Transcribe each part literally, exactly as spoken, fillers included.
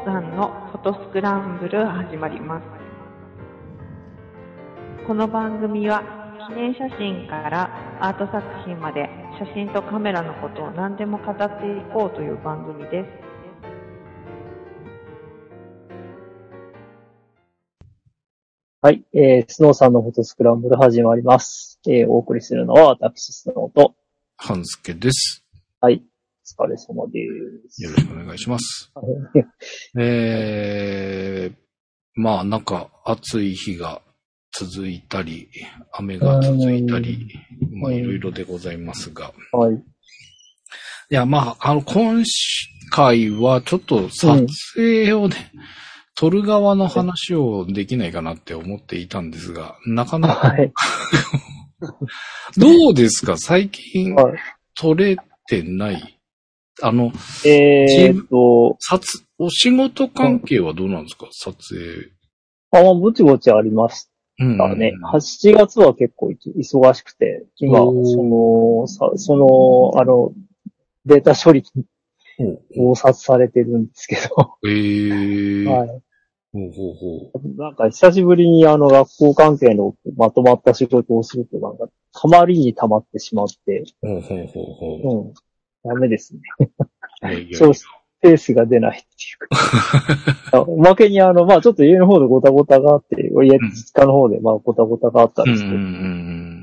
さんのフォトスクランブル始まります。この番組は記念写真からアート作品まで写真とカメラのことを何でも語っていこうという番組です。 はい、えー、スノーさんのフォトスクランブル始まります。えー、お送りするのは私、スノーと、 半助です。 はい、お疲れ様です。 よろしくお願いします。えー、まあなんか暑い日が続いたり、雨が続いたり、まあいろいろでございますが。 はい。いや、まあ、あの、今回はちょっと撮影をね、うん、撮る側の話をできないかなって思っていたんですが、なかなか、はい、どうですか最近、はい、撮れてないあの、 えーっと、 撮、お仕事関係はどうなんですか撮影。 あ、まあ、ぼちぼちありましたね。うんうん、はちがつは結構忙しくて、今、その、さその、あの、データ処理に忙殺されてるんですけど。 えー、 はい。 ほうほうほう。なんか久しぶりにあの学校関係のまとまった仕事をするとなんか、たまりにたまってしまって。 ほうほうほうほう。 うん。ダメですね。 いやいやそう、スペースが出ないっていうか。おまけにあの、まあちょっと家の方でゴタゴタがあって、家、実家の方でまあゴタゴタがあったんですけど、うんうんうん、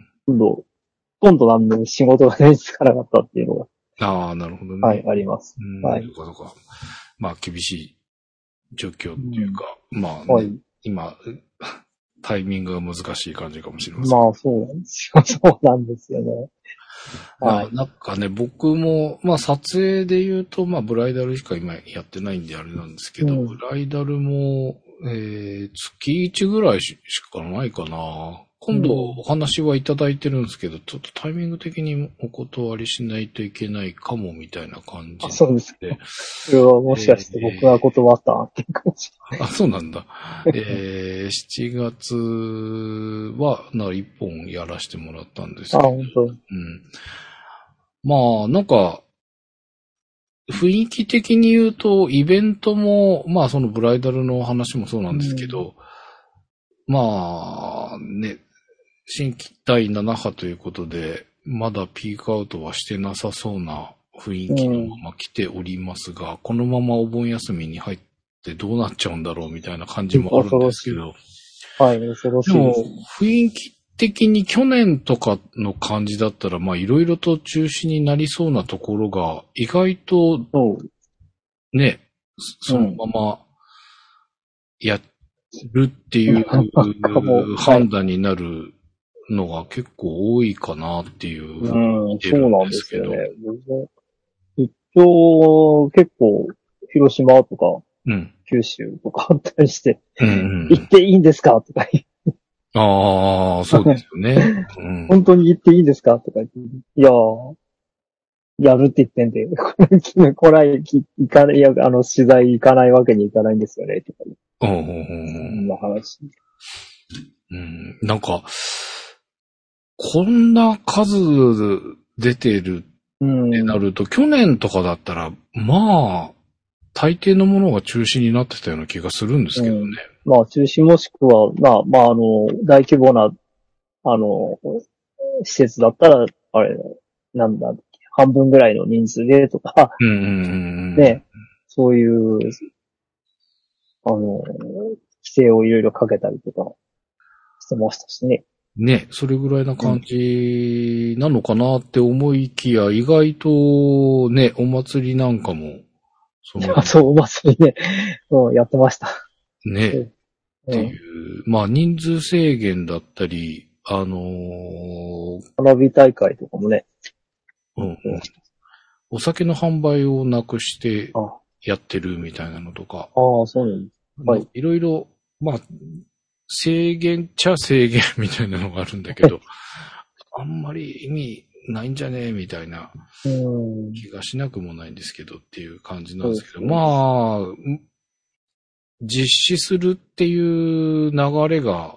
今度、今度なんで仕事がね、つかなかったっていうのが。 ああ、なるほどね。 はい、あります。 うん、 はい。 そうかそうか。まあ厳しい状況っていうか、うん、まあね、はい、今、タイミングが難しい感じかもしれません。 まあそうなんですよ。そうなんですよね。 まあ、なんかね、僕も、まあ撮影で言うと、まあブライダルしか今やってないんであれなんですけど、うん、ブライダルも、えー、月いちぐらいしかないかな。今度お話はいただいてるんですけど、ちょっとタイミング的にお断りしないといけないかもみたいな感じで。 そうですね。それはもしかして僕が断ったっていう感じ。 えー、あ、そうなんだ。えー、しちがつは、な、一本やらせてもらったんですけど。 あ、本当。 うん。まあ、なんか、雰囲気的に言うと、イベントも、まあそのブライダルの話もそうなんですけど、うん、まあね、新規だいなな波ということで、まだピークアウトはしてなさそうな雰囲気のまま来ておりますが、うん、このままお盆休みに入ってどうなっちゃうんだろうみたいな感じもあるんですけど、 はい、恐ろしいです。 でも雰囲気的に去年とかの感じだったら、まあいろいろと中止になりそうなところが、意外と、ね、そのままやるっていう判断になるのが結構多いかなっていうふうに見てるんですけど。 うん、そうなんですよね。一応結構広島とか、うん、九州とかあったりして、うんうん、行っていいんですかとか言って。 ああ、そうですよね、 うん。本当に行っていいんですかとか言って。いやー、やるって言ってんで、これ、行かない、いや、あの、取材行かないわけにいかないんですよね、とか言って。 うんうんうん。 そんな話。 うん、なんか、こんな数出てるってなると、うん、去年とかだったら、まあ、大抵のものが中止になってたような気がするんですけどね。うん、 まあ、中止もしくは、まあ、まあ、あの、大規模な、あの、施設だったら、あれ、なんだ、半分ぐらいの人数でとか、 うんうんうん、 ね、そういう、あの、規制をいろいろかけたりとかしてましたしね。 ね、それぐらいな感じなのかなって思いきや、うん、意外とね、お祭りなんかも、 そのそう、お祭りね、うん、やってました。 ね、うん、っていう、まあ人数制限だったり、あのー、 花火大会とかもね。 うん、うん。お酒の販売をなくしてやってるみたいなのとか。 ああ、そうなんです。はい。 いろいろ、まあ、制限っちゃ制限みたいなのがあるんだけど、あんまり意味ないんじゃねえみたいな気がしなくもないんですけどっていう感じなんですけど、まあ、実施するっていう流れが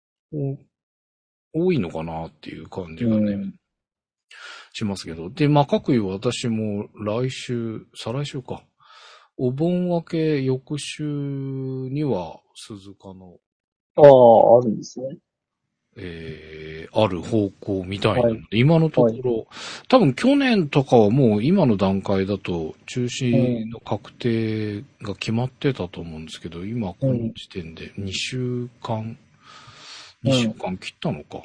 多いのかなっていう感じがね、しますけど。で、まあ、各位私も来週、再来週か、 お盆明け翌週には鈴鹿の、 ああ、あるんですね。 えー、ある方向みたいなので、 はい、 今のところ、はい、多分去年とかはもう今の段階だと中止の確定が決まってたと思うんですけど、今この時点でにしゅうかん、うん、にしゅうかん切ったのか、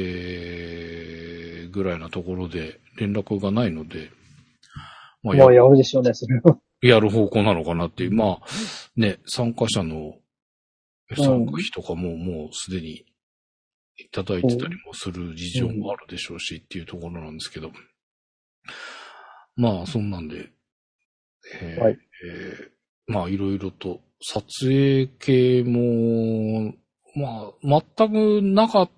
えー、ぐらいなところで連絡がないので、 まあ、や, まあ、やるでしょうね、それは。 やる方向なのかなっていう、まあ、ね、参加者の参加費とかももうすでにいただいてたりもする事情もあるでしょうしっていうところなんですけど、まあ、そんなんで、えーはいえー、まあ、いろいろと撮影系も、まあ、全くなかった、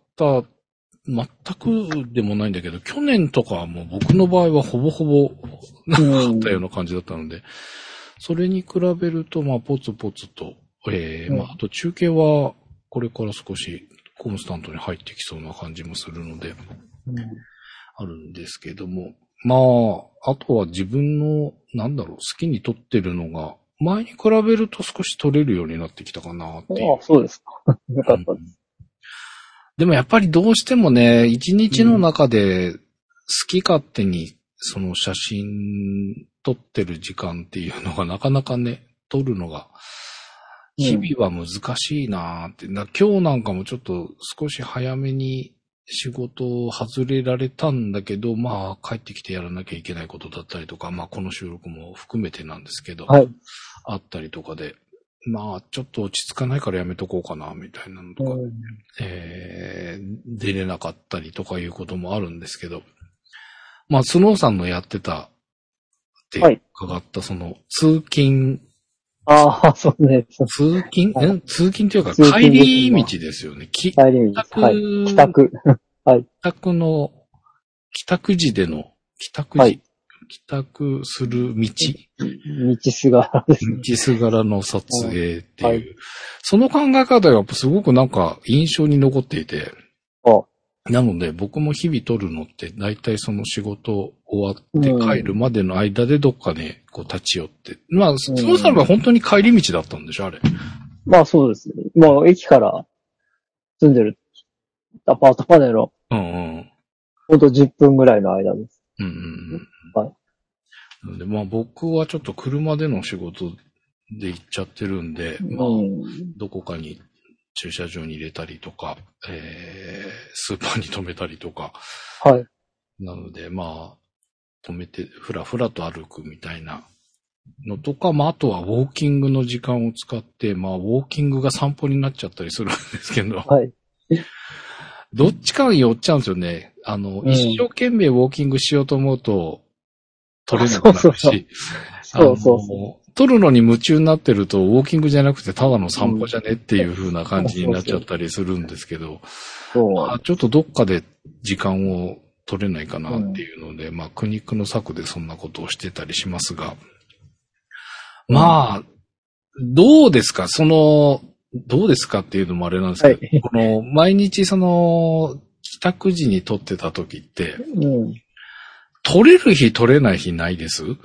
全くでもないんだけど、去年とかはもう僕の場合はほぼほぼなかったような感じだったので、それに比べると、まあ、ポツポツと、えー、まあ、あと中継はこれから少しコンスタントに入ってきそうな感じもするので、あるんですけども、まあ、あとは自分の、なんだろう、好きに撮ってるのが、前に比べると少し撮れるようになってきたかなっていう。 ああ、そうですか。よかったです。 でもやっぱりどうしてもね、一日の中で好き勝手にその写真撮ってる時間っていうのがなかなかね、撮るのが日々は難しいなーって、うん、今日なんかもちょっと少し早めに仕事を外れられたんだけど、まあ帰ってきてやらなきゃいけないことだったりとか、まあこの収録も含めてなんですけど、 はい、 あったりとかで、まあ、ちょっと落ち着かないからやめとこうかな、みたいなのとか、うん、えー、出れなかったりとかいうこともあるんですけど、まあ、スノーさんのやってたって伺った、その、通勤。 ああ、そうね。 通勤、え通勤というか、帰り道ですよね。帰り道。はい。帰宅。はい。 帰宅の、帰宅時での、帰宅時。はい帰宅する道道すがらですね。 道すがらの撮影っていう、はい、その考え方がやっぱすごくなんか印象に残っていて、 あなので僕も日々撮るのって大体その仕事終わって帰るまでの間でどっかでこう立ち寄って、うん、まあ、その際は本当に帰り道だったんでしょ、あれ。 まあそうですね。もう駅から住んでるアパートまでの、 うんうん、 ほんとじゅっぷんぐらいの間です。 うんうんうんはいなのでまあ僕はちょっと車での仕事で行っちゃってるんで、まあ、どこかに駐車場に入れたりとか、えー、スーパーに止めたりとか。 はい。 なのでまあ、止めてふらふらと歩くみたいなのとか、まああとはウォーキングの時間を使って、まあウォーキングが散歩になっちゃったりするんですけど。 はい。 どっちかに寄っちゃうんですよね。あの、うん、一生懸命ウォーキングしようと思うと、取れなくなるし、 そうそうそうそうそう取るのに夢中になってると、ウォーキングじゃなくてただの散歩じゃねっていう風な感じになっちゃったりするんですけど、まあ、ちょっとどっかで時間を取れないかなっていうので、うん、まあ苦肉の策でそんなことをしてたりしますが、まあ、どうですかその、どうですかっていうのもあれなんですけど、はい、この毎日その帰宅時に撮ってた時って、 うん撮れる日撮れない日ないですう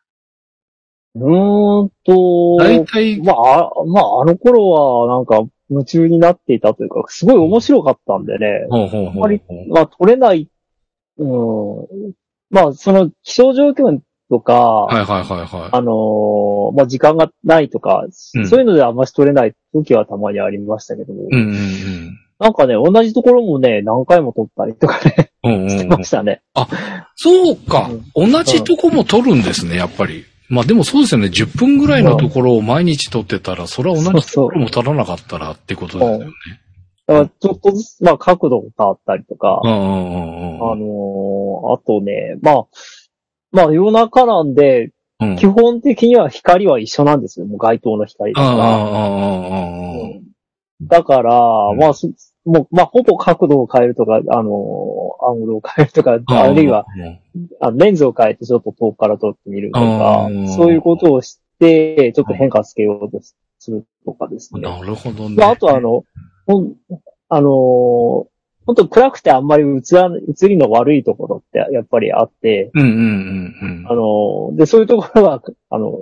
ーんと、 大体、 まあ、まあ、あの頃はなんか夢中になっていたというか、すごい面白かったんでね。 ほうほうほうほうあんまり、まあ、撮れない、うん、まあ、その気象状況とか、 はいはいはいはい。 あのー、まあ、時間がないとか、うん、そういうのであんまし撮れない時はたまにありましたけども。 うんうんうんなんかね、同じところもね、何回も撮ったりとかね、 うんうんうん、 してましたね。 あ、そうか、うん。同じとこも撮るんですね、やっぱり。まあでもそうですよね。じゅっぷんぐらいのところを毎日撮ってたら、それは同じところも撮らなかったらってことですよね。 だからちょっとずつ、まあ角度が変わったりとか、 うんうんうんうん、 あのー、あとね、まあ、まあ夜中なんで、うん、基本的には光は一緒なんですよ。もう街灯の光だから。うん、だから、うん、まあ、もう、まあ、ほぼ角度を変えるとか、あのー、アングルを変えるとか、あるいは、あのレンズを変えてちょっと遠くから撮ってみるとか、そういうことをして、ちょっと変化つけようとするとかですね。 なるほどね。 まあ、あとあの、あのー、本当暗くてあんまり映ら、映りの悪いところってやっぱりあって、 うんうんうんうん、 あのー、で、そういうところは、あの、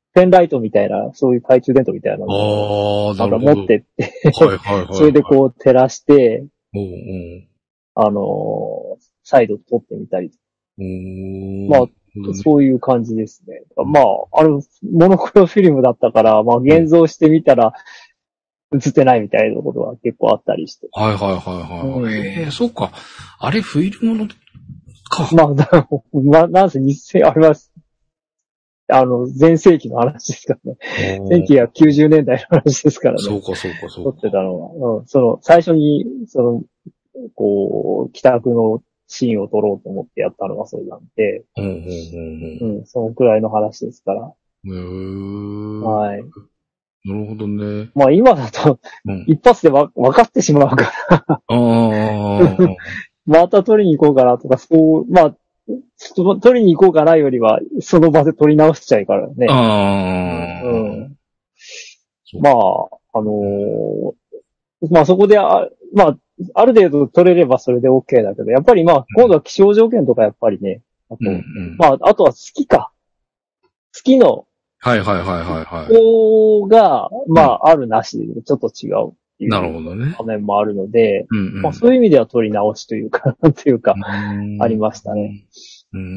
ペンライトみたいな、そういう懐中電灯みたいなのを、 ああ、なるほど。 なんか持ってって、 はいはいはい、はい。 それでこう照らして、 おうおうあのー、再度撮ってみたり。 おまあ、そういう感じですね。まあ、あれ、モノクロフィルムだったから、まあ、現像してみたら、映ってないみたいなことが結構あったりして。 はいはいはいはい。うん、ええー、そうか。あれ、フィルムの、か。 まあ、まあ、なんせ日世、あれは、あの、前世紀の話ですからね。せんきゅうひゃくきゅうじゅうねんだいの話ですからね。 そうかそうかそうか。 撮ってたのは。うん、その、最初に、その、こう、帰宅のシーンを撮ろうと思ってやったのがそれなんで、 うんうんうんうん、そのくらいの話ですから。 へー。 はい。 なるほどね。 まあ今だと、一発でわ、分かってしまうから。ああ。また撮りに行こうかなとか、そう、まあ、撮りに行こうかなよりは、その場で撮り直しちゃいからね。ああ。うん。まあ、あのー、まあそこであ、まあ、ある程度撮れればそれで OK だけど、やっぱりまあ、今度は気象条件とかやっぱりね、あと、うんうん、まあ、あとは月か。月の、 はいはいはいはいはい。 ここが、まあ、あるなしでちょっと違うっていう。 なるほどね。 場面もあるので、 うんうん、 まあそういう意味では撮り直しというか、なんていうか、ありましたね。 うーん、うん。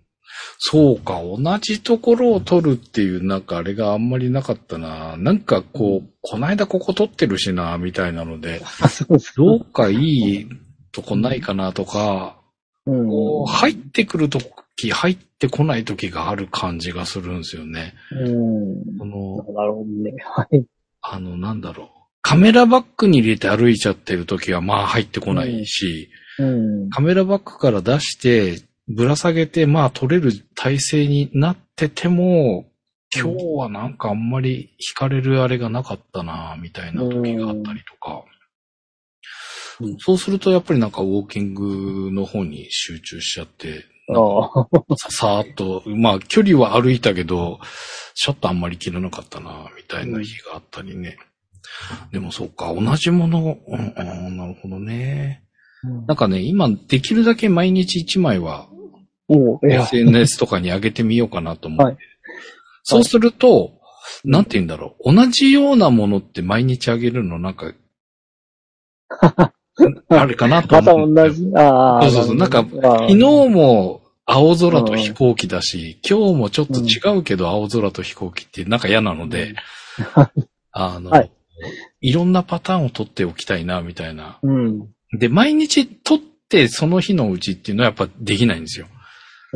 そうか、同じところを撮るっていう、なんかあれがあんまりなかったな。なんかこう、こないだここ撮ってるしな、みたいなので、どうかいいとこないかなとか、うん、こう入ってくるとき、入ってこないときがある感じがするんですよね。うん。 そのなるほどね。はい。 あの、なんだろう。カメラバッグに入れて歩いちゃってるときは、まあ入ってこないし、うんうん、カメラバッグから出して、ぶら下げて、まあ撮れる体勢になってても、今日はなんかあんまり惹かれるあれがなかったな、みたいな時があったりとか。うん、そうするとやっぱりなんかウォーキングの方に集中しちゃって、ささーっと、まあ距離は歩いたけど、ちょっとあんまり切らなかったな、みたいな日があったりね。うん、でもそうか、同じもの、うん、うん、なるほどね。うん、なんかね、今できるだけ毎日一枚は、エスエヌエス とかに上げてみようかなと思って。はい、そうすると、はい、なんて言うんだろう。同じようなものって毎日上げるのなんか、あれかなと思う。 また同じ。ああ。 そうそうそう。なんか、昨日も青空と飛行機だし、今日もちょっと違うけど青空と飛行機ってなんか嫌なので、あの、はい、いろんなパターンを取っておきたいな、みたいな。うん、で、毎日取ってその日のうちっていうのはやっぱできないんですよ。うん、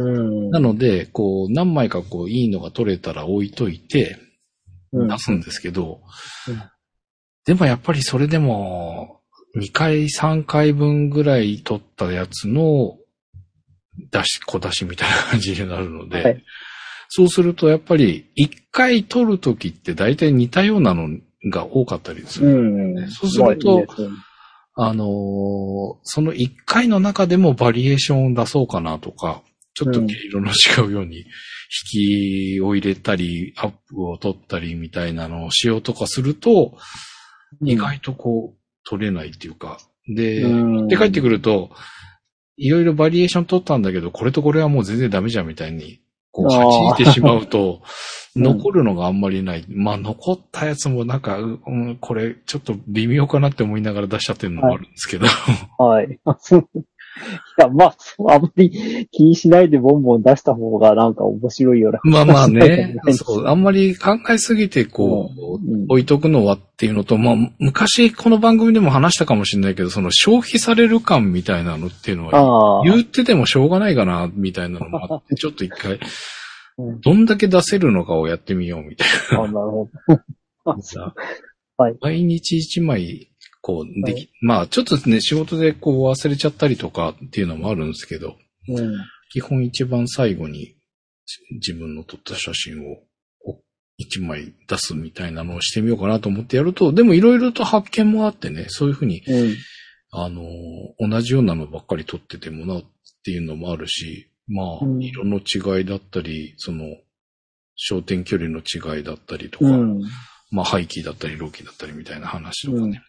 なので、こう、何枚かこう、いいのが取れたら置いといて、出すんですけど、うんうん、でもやっぱりそれでも、にかい、さんかいぶんぐらい取ったやつの、出し、小出しみたいな感じになるので、はい、そうするとやっぱり、いっかい取るときって大体似たようなのが多かったりする、ね。うん、そうすると、まあいいですね、あのー、そのいっかいの中でもバリエーションを出そうかなとか、ちょっと毛色の違うように、引きを入れたり、アップを取ったりみたいなのをしようとかすると、うん、意外とこう、取れないっていうか。で、持って帰ってくると、いろいろバリエーション取ったんだけど、これとこれはもう全然ダメじゃんみたいに、こう、弾いてしまうと、残るのがあんまりない。まあ、残ったやつもなんか、うん、これちょっと微妙かなって思いながら出しちゃってるのもあるんですけど。 はい。はいいや、まあ、あんまり気にしないでボンボン出した方がなんか面白いような。 まあまあね。そう。あんまり考えすぎてこう、うん、置いとくのはっていうのと、まあ、昔この番組でも話したかもしれないけど、その消費される感みたいなのっていうのは、言っててもしょうがないかな、みたいなのもあって、ちょっと一回、どんだけ出せるのかをやってみようみたいな。あ、なるほど。はい。毎日一枚、こう、でき、はい、まあ、ちょっとね、仕事でこう忘れちゃったりとかっていうのもあるんですけど、うん、基本一番最後に自分の撮った写真を一枚出すみたいなのをしてみようかなと思ってやると、でもいろいろと発見もあってね、そういうふうに、うん、あの、同じようなのばっかり撮っててもなっていうのもあるし、まあ、うん、色の違いだったり、その、焦点距離の違いだったりとか、うん、まあ、ハイキーだったり、ローキーだったりみたいな話とかね。うん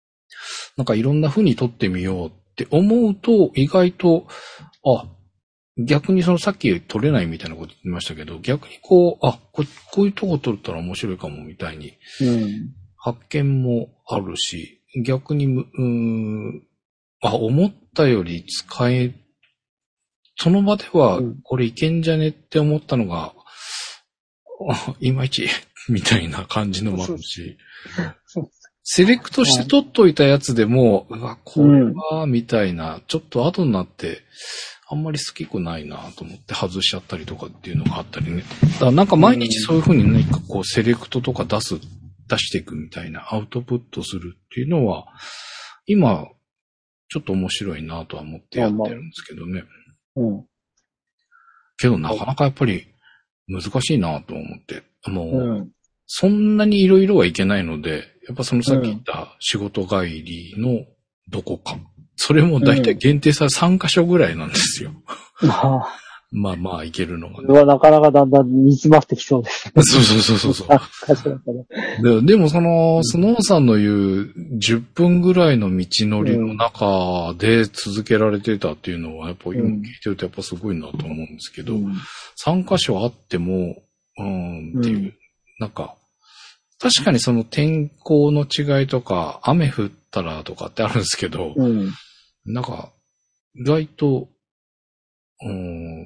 なんかいろんな風に撮ってみようって思うと、意外と、あ、 逆にそのさっき撮れないみたいなこと言ってましたけど、逆にこう、あ、ここういうとこ撮れたら面白いかもみたいに、発見もあるし、逆に、うーん、あ、思ったより使え、その場ではこれいけんじゃねって思ったのが、いまいちみたいな感じのもあるし、セレクトして撮っといたやつでも、うわ、これは、みたいな、ちょっと後になって、あんまり好きくないなと思って外しちゃったりとかっていうのがあったりね。だからなんか毎日そういう風に何かこうセレクトとか出す、出していくみたいなアウトプットするっていうのは、今、ちょっと面白いなとは思ってやってるんですけどね。 うん。 けどなかなかやっぱり難しいなと思って。もう、うん、そんなにいろいろはいけないので、やっぱそのさっき言った仕事帰りのどこか。それもだいたい限定ささんカ所ぐらいなんですよ。うん、まあまあいけるのが、ね。 それはなかなかだんだん煮詰まってきそうですね。 そうそうそうそうで。でもその、スノーさんの言うじゅっぷんぐらいの道のりの中で続けられてたっていうのは、やっぱ今聞いてるとやっぱすごいなと思うんですけど、うん、さんカ所あっても、うんっていう、うん、なんか、確かにその天候の違いとか、雨降ったらとかってあるんですけど、うん、なんか、意外と、うん、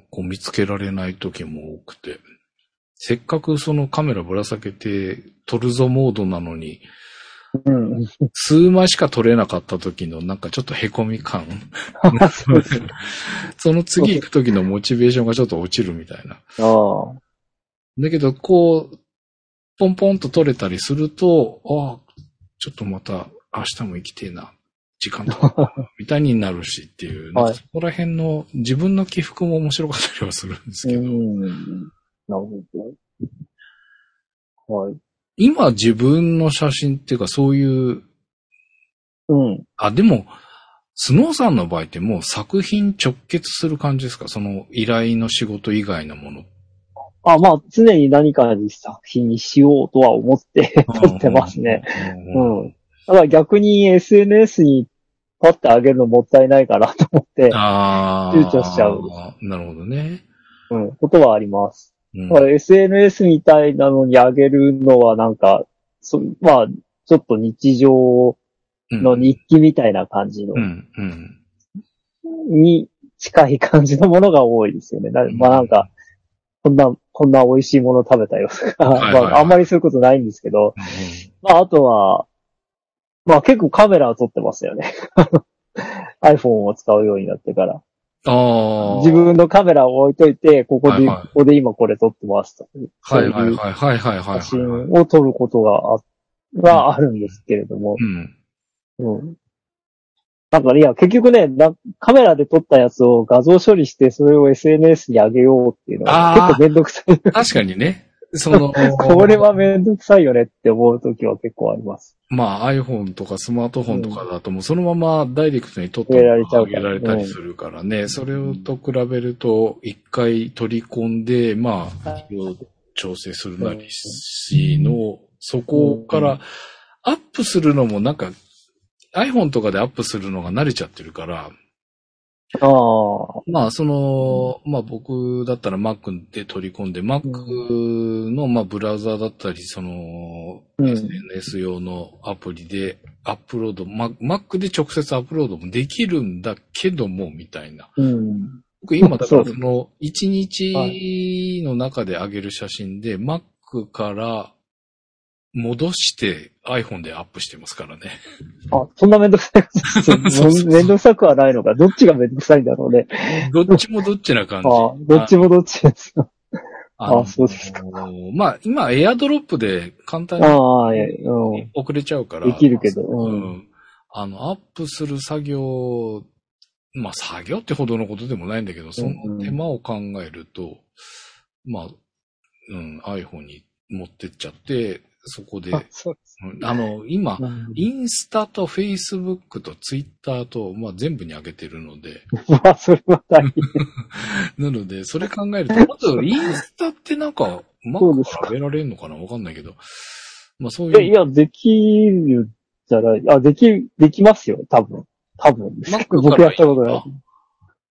こう見つけられない時も多くて、せっかくそのカメラぶら下げて撮るぞモードなのに、うん、数枚しか撮れなかった時のなんかちょっと凹み感。その次行く時のモチベーションがちょっと落ちるみたいな。あだけど、こう、ポンポンと撮れたりすると、ああ、ちょっとまた明日も生きてえな。時間とか、みたいになるしっていう、はい、そこら辺の自分の起伏も面白かったりはするんですけど。うんなるほど。はい。今自分の写真っていうかそういう、うん。あ、でも、スノーさんの場合ってもう作品直結する感じですか？その依頼の仕事以外のもの。 あ、まあ、常に何かに作品にしようとは思って撮ってますね。うん。だから逆に エスエヌエス にパッてあげるのもったいないかなと思って、躊躇しちゃう。 なるほどね。 うん、ことはあります。うん、だから エスエヌエス みたいなのにあげるのはなんか、そまあ、ちょっと日常の日記みたいな感じの、うんうんうん、に近い感じのものが多いですよね。だまあなんか、こんな、こんな美味しいもの食べたよとか、はいはいはい、まあ、あんまりそういうことないんですけど、うん、まああとは、まあ結構カメラを撮ってますよね。iPhone を使うようになってから。あ自分のカメラを置いといて、ここで、はいはい、ここで今これ撮ってますと。 はいはいはいはいはいはい。 写真を撮ることがあ、があるんですけれども。うん。うん。なんかいや、結局ねな、カメラで撮ったやつを画像処理して、それを エスエヌエス に上げようっていうのは結構めんどくさい。 確かにね。その、 これはめんどくさいよねって思うときは結構あります。 まあ iPhone とかスマートフォンとかだともうそのままダイレクトに撮って上げられたりするからね。うん、それをと比べると一回取り込んで、まあ、調整するなりしの、そこからアップするのもなんか iPhone とかでアップするのが慣れちゃってるから、ああ。まあ、その、まあ僕だったら Mac で取り込んで、Mac のまあブラウザだったり、その、うん、エスエヌエス 用のアプリでアップロード、Mac で直接アップロードもできるんだけども、みたいな。うん、僕今だからその、いちにちの中で上げる写真で、Mac から戻して iPhone でアップしてますからね。 あ、そんなめんどくさいめんどくさくはないのか。どっちがめんどくさいんだろうね。 どっちもどっちな感じ。 あどっちもどっちですよ。ああ、そうですか。 まあ、今、エアドロップで簡単に送れちゃうから。 できるけど、 うん。あの、アップする作業、まあ、作業ってほどのことでもないんだけど、その手間を考えると、うん、まあ、うん、iPhone に持ってっちゃって、そこで、あ, あの、今、うん、インスタとフェイスブックとツイッターと、まあ全部に上げてるので。 まあ、それは大変。 なので、それ考えると、まずインスタってなんか、うまく上げられるのかなわかんないけど。まあそういう。 いや、できるじゃない。あ、でき、できますよ、多分。多分。僕やったことない。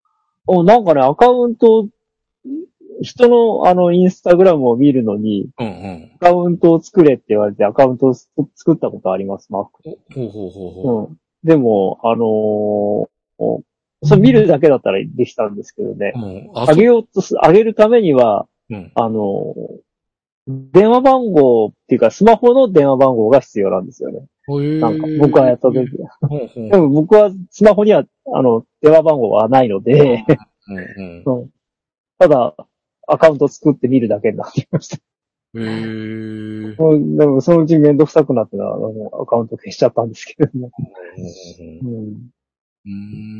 お、なんかね、アカウント、人のあの、インスタグラムを見るのに、 うんうん。 アカウントを作れって言われてアカウントを作ったことあります、マック。 ほうほうほうほう。 うん。でも、あのー、それ見るだけだったらできたんですけどね。 うん、あ、 上げようとす、上げるためには、 うん、 あのー、電話番号っていうか、スマホの電話番号が必要なんですよね。 へなんか、僕がやった時は。 ほうほうでも僕はスマホには、あの、電話番号はないので、 うんうんうん、ただ、アカウント作って見るだけになってました。 へー。 うん、でもそのうちめんどくさくなってな、あの、アカウント消しちゃったんですけれども。うん。 うん。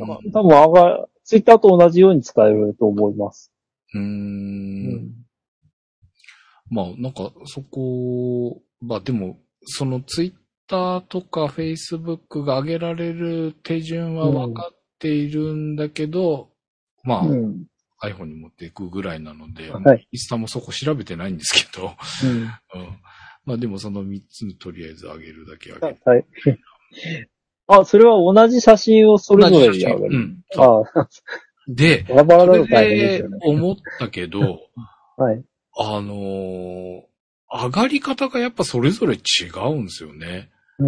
だから多分、あが、ツイッターと同じように使えると思います。 うー。 うんん。 まあ、なんか、そこ、まあでも、そのツイッターとかフェイスブックが上げられる手順は分かっているんだけど、まあ、 うん。 iPhone に持っていくぐらいなので、 はい。 インスタもそこ調べてないんですけど、 うん。 うん。まあでもそのみっつにとりあえず上げるだけ上げる。 はい。あ、それは同じ写真をそれぞれに上げる。 うん。 ああ。 で、 バラバラだとそれで大変ですよね。 思ったけど、 はい。 あのー、上がり方がやっぱそれぞれ違うんですよね。 うん。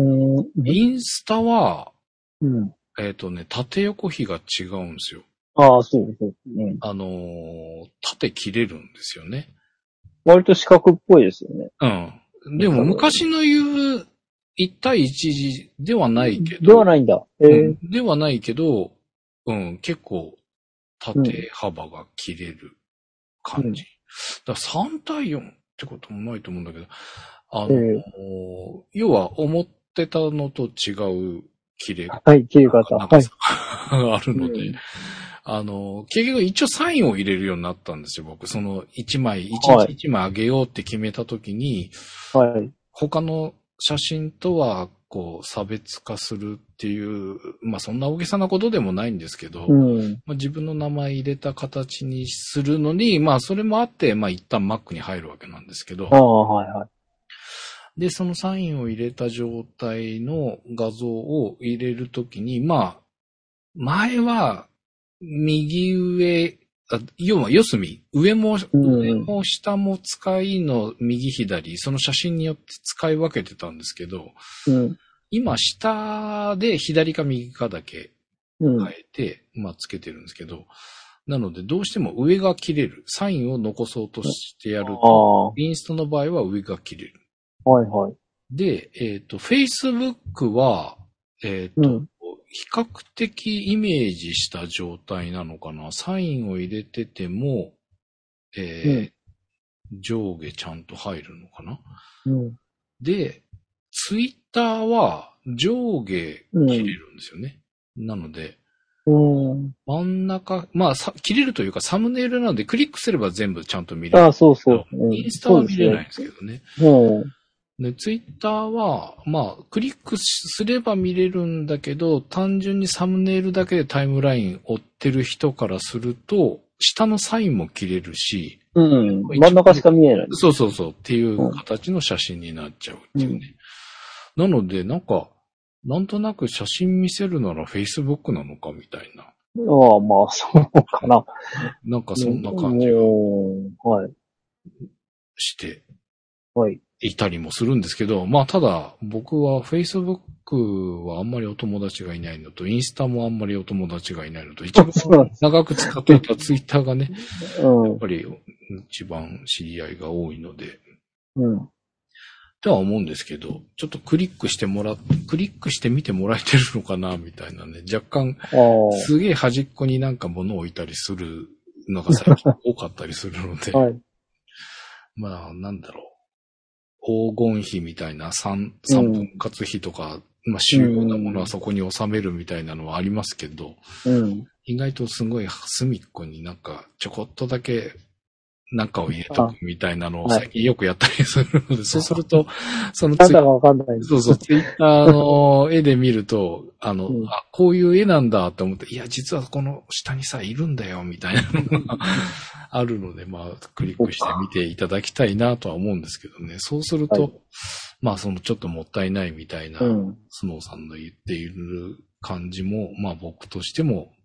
インスタは、 うん。 えっとね、縦横比が違うんですよ。 ああ、そうそう。うん。 あのー、縦切れるんですよね。 割と四角っぽいですよね。 うん。でも昔の言ういち対いちではないけど。 ではないんだ。えうーん、ではないけど、うん、結構縦幅が切れる感じ。うん、だからさん対よんってこともないと思うんだけど、あの、えー、要は思ってたのと違う切れ方。 はい、切れ方。 はい。あるので、うん、あの、結局一応サインを入れるようになったんですよ、僕。そのいちまい、いちにちいちまいあげようって決めたときに、はい。他の写真とは、こう、差別化するっていう、まあそんな大げさなことでもないんですけど、うんまあ、自分の名前入れた形にするのに、まあそれもあって、まあ一旦 Mac に入るわけなんですけど、 ああ、はいはい。 で、そのサインを入れた状態の画像を入れるときに、まあ、前は、右上、要は四隅、上も、上も下も使いの右左、その写真によって使い分けてたんですけど、うん、今下で左か右かだけ変えて、うん、まあつけてるんですけど、なのでどうしても上が切れる。サインを残そうとしてやると、インスタの場合は上が切れる。 はいはい。 で、えっと、Facebook は、えっと、うん比較的イメージした状態なのかな。サインを入れてても、えーうん、上下ちゃんと入るのかな。うん、で、ツイッターは上下切れるんですよね。うん、なので、うん、真ん中、まあ切れるというかサムネイルなのでクリックすれば全部ちゃんと見れる。 ああ、そうそう。うん、 インスタは見れないんですけどね。で、ツイッターは、まあ、クリックすれば見れるんだけど、単純にサムネイルだけでタイムライン追ってる人からすると、下のサインも切れるし、 うん、真ん中しか見えない。 そうそうそう、っていう形の写真になっちゃうっていうね。うん、なので、なんか、なんとなく写真見せるなら Facebook なのかみたいな。 ああ、まあ、そうかな。 なんかそんな感じが、 はい。 して。 はい。 いたりもするんですけど、まあただ僕は Facebook はあんまりお友達がいないのと、インスタもあんまりお友達がいないのと、一番長く使っていたツイッターがね、うん、やっぱり一番知り合いが多いので、うん、とは思うんですけど、ちょっとクリックしてもらっ、クリックしてみてもらえてるのかなみたいなね、若干すげえ端っこになんか物を置いたりするのが最近多かったりするので、はい、まあなんだろう。黄金比みたいな三、三分割比とか、うん、まあ主要なものはそこに収めるみたいなのはありますけど、うん、意外とすごい隅っこになんかちょこっとだけなんかを入れとくみたいなのを最近よくやったりするので、はい、そうすると、そのツイッそうそう、ツイッターの絵で見ると、あの、うん、あ、こういう絵なんだって思って、いや、実はこの下にさ、いるんだよ、みたいなのがあるので、まあ、クリックしてみていただきたいなとは思うんですけどね。そうすると、はい、まあ、そのちょっともったいないみたいな、うん、スノーさんの言っている感じも、まあ僕としても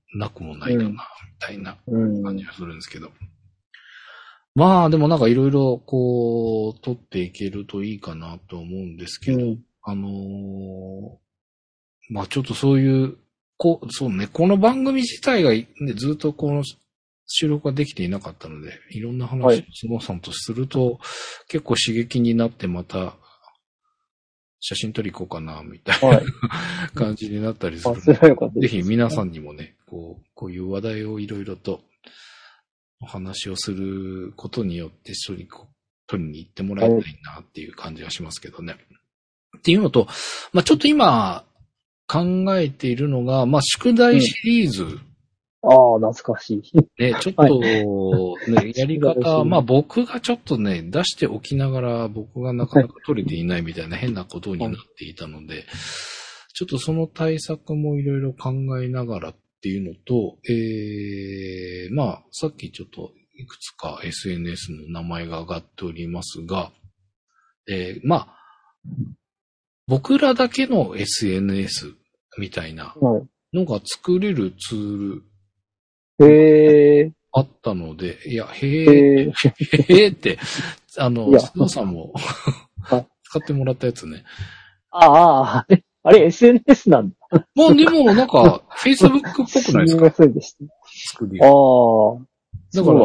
なくもないかな、みたいなうん。 感じがするんですけど。まあ、でもなんかいろいろこう、撮っていけるといいかなと思うんですけど、 うん。 あのーまあちょっとそういう、こう、そうね、この番組自体が、ね、ずっとこの収録ができていなかったので、いろんな話をスノーさんとすると、結構刺激になってまた、写真撮り行こうかな、みたいな、 はい。 感じになったりするあ、それはよかったぜです。 ひ皆さんにもね、こう、こういう話題をいろいろとお話をすることによって一緒にこう撮りに行ってもらいたいなっていう感じがしますけどね。っていうのと、まあちょっと今考えているのが、まあ宿題シリーズ、 うんああ、懐かしい。 ね、ちょっと、ね、やり方、まあ僕がちょっとね、出しておきながら僕がなかなか取れていないみたいな変なことになっていたので、ちょっとその対策もいろいろ考えながらっていうのと、えー、まあさっきちょっといくつか エスエヌエス の名前が上がっておりますが、えー、まあ、僕らだけの エスエヌエス みたいなのが作れるツール、 へえ。 あったので、いや、へえ、へえって、あの、スノーさんも使ってもらったやつね。 ああ、あれ エスエヌエス なんだ。 まあでもなんか、Facebook っぽくないですか？ すみませんでした。 作り。 ああ。 だから、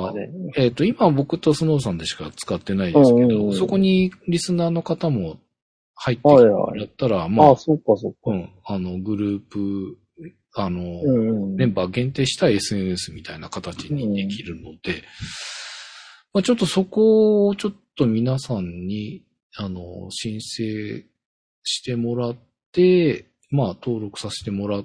ね、えっ、ー、と、今僕とスノーさんでしか使ってないですけど、うんうんうん、そこにリスナーの方も入ってきてもらったら、はいはい、まあ、 ああ、そうかそうか。 うん、あの、グループ、あの、うんうん、メンバー限定した エスエヌエス みたいな形にできるので、うんまあ、ちょっとそこをちょっと皆さんに、あの、申請してもらって、まあ、登録させてもらって、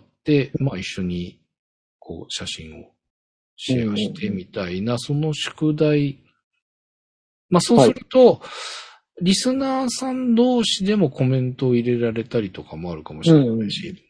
まあ、一緒に、こう、写真をシェアしてみたいな、うんうん、その宿題。まあ、そうすると、はい、リスナーさん同士でもコメントを入れられたりとかもあるかもしれないし、うん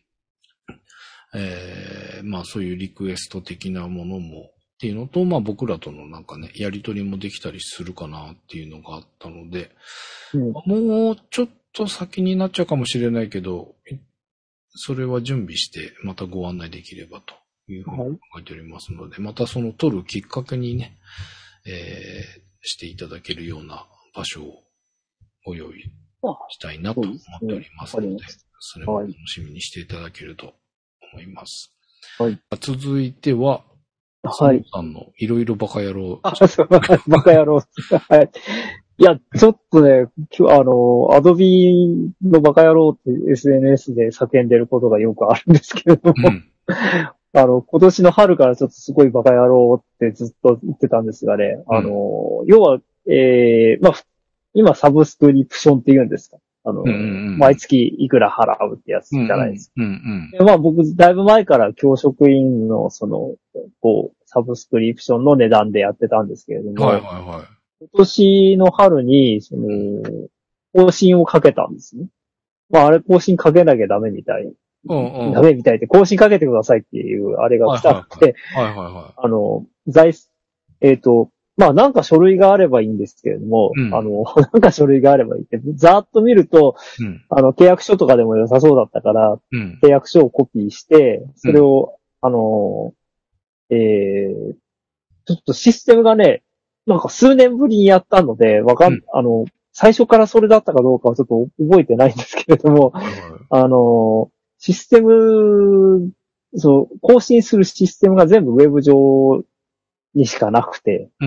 えー、まあそういうリクエスト的なものもっていうのと、まあ僕らとのなんかね、やりとりもできたりするかなっていうのがあったので、うん、もうちょっと先になっちゃうかもしれないけど、それは準備してまたご案内できればというふうに考えておりますので、はい、またその撮るきっかけにね、えー、していただけるような場所をご用意したいなと思っておりますので、それも楽しみにしていただけると思います。はい。続いては、はい。さんのいろいろバカ野郎。 あ、そう、バカ野郎。はい。いや、ちょっとね、今日、あの、アドビのバカ野郎って エスエヌエス で叫んでることがよくあるんですけれども、うん、あの、今年の春からちょっとすごいバカ野郎ってずっと言ってたんですがね、あの、うん、要は、えー、まあ、今サブスクリプションって言うんですか。あの、うんうん、毎月いくら払うってやつじゃないですか。うんうんうん、でまあ僕、だいぶ前から教職員のその、こう、サブスクリプションの値段でやってたんですけれども、はいはいはい、今年の春に、その、更新をかけたんですね。まああれ更新かけなきゃダメみたい。うんうん、ダメみたいで、更新かけてくださいっていうあれが来たって、はいはいはいはい、あの、財、えっと、まあなんか書類があればいいんですけれども、うん、あの、なんか書類があればいいって、ざーっと見ると、うん、あの、契約書とかでも良さそうだったから、うん、契約書をコピーして、それを、うん、あの、えー、ちょっとシステムがね、なんか数年ぶりにやったので、わかん、うん、あの、最初からそれだったかどうかはちょっと覚えてないんですけれども、あの、システム、そう、更新するシステムが全部ウェブ上にしかなくて、うんうん、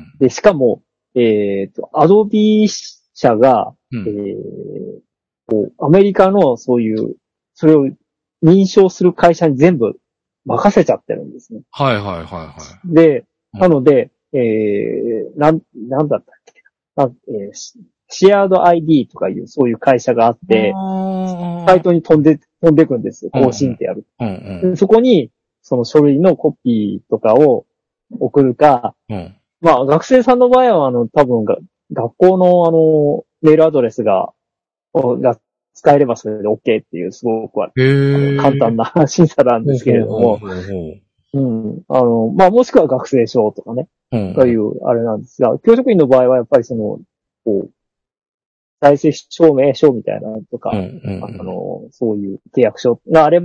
で、しかも、えっと、アドビ社が、うん、えー、こう、アメリカのそういう、それを認証する会社に全部任せちゃってるんですね。 はいはいはいはい。 で、なので、うん、えー、なん、なんだったっけな、えー、シェアード アイディー とかいうそういう会社があって、サイトに飛んで、飛んでくんですよ。更新ってやる。うんうん、そこに、その書類のコピーとかを送るか、うん、まあ学生さんの場合はあの多分が学校のあのメールアドレスが、が使えればそれで OK っていうすごくあの簡単な審査なんですけれども、うん、あの、まあもしくは学生証とかね、うん、というあれなんですが、教職員の場合はやっぱりその、こう、財政証明書みたいなのとか、うんうんうん、あの、そういう契約書があればって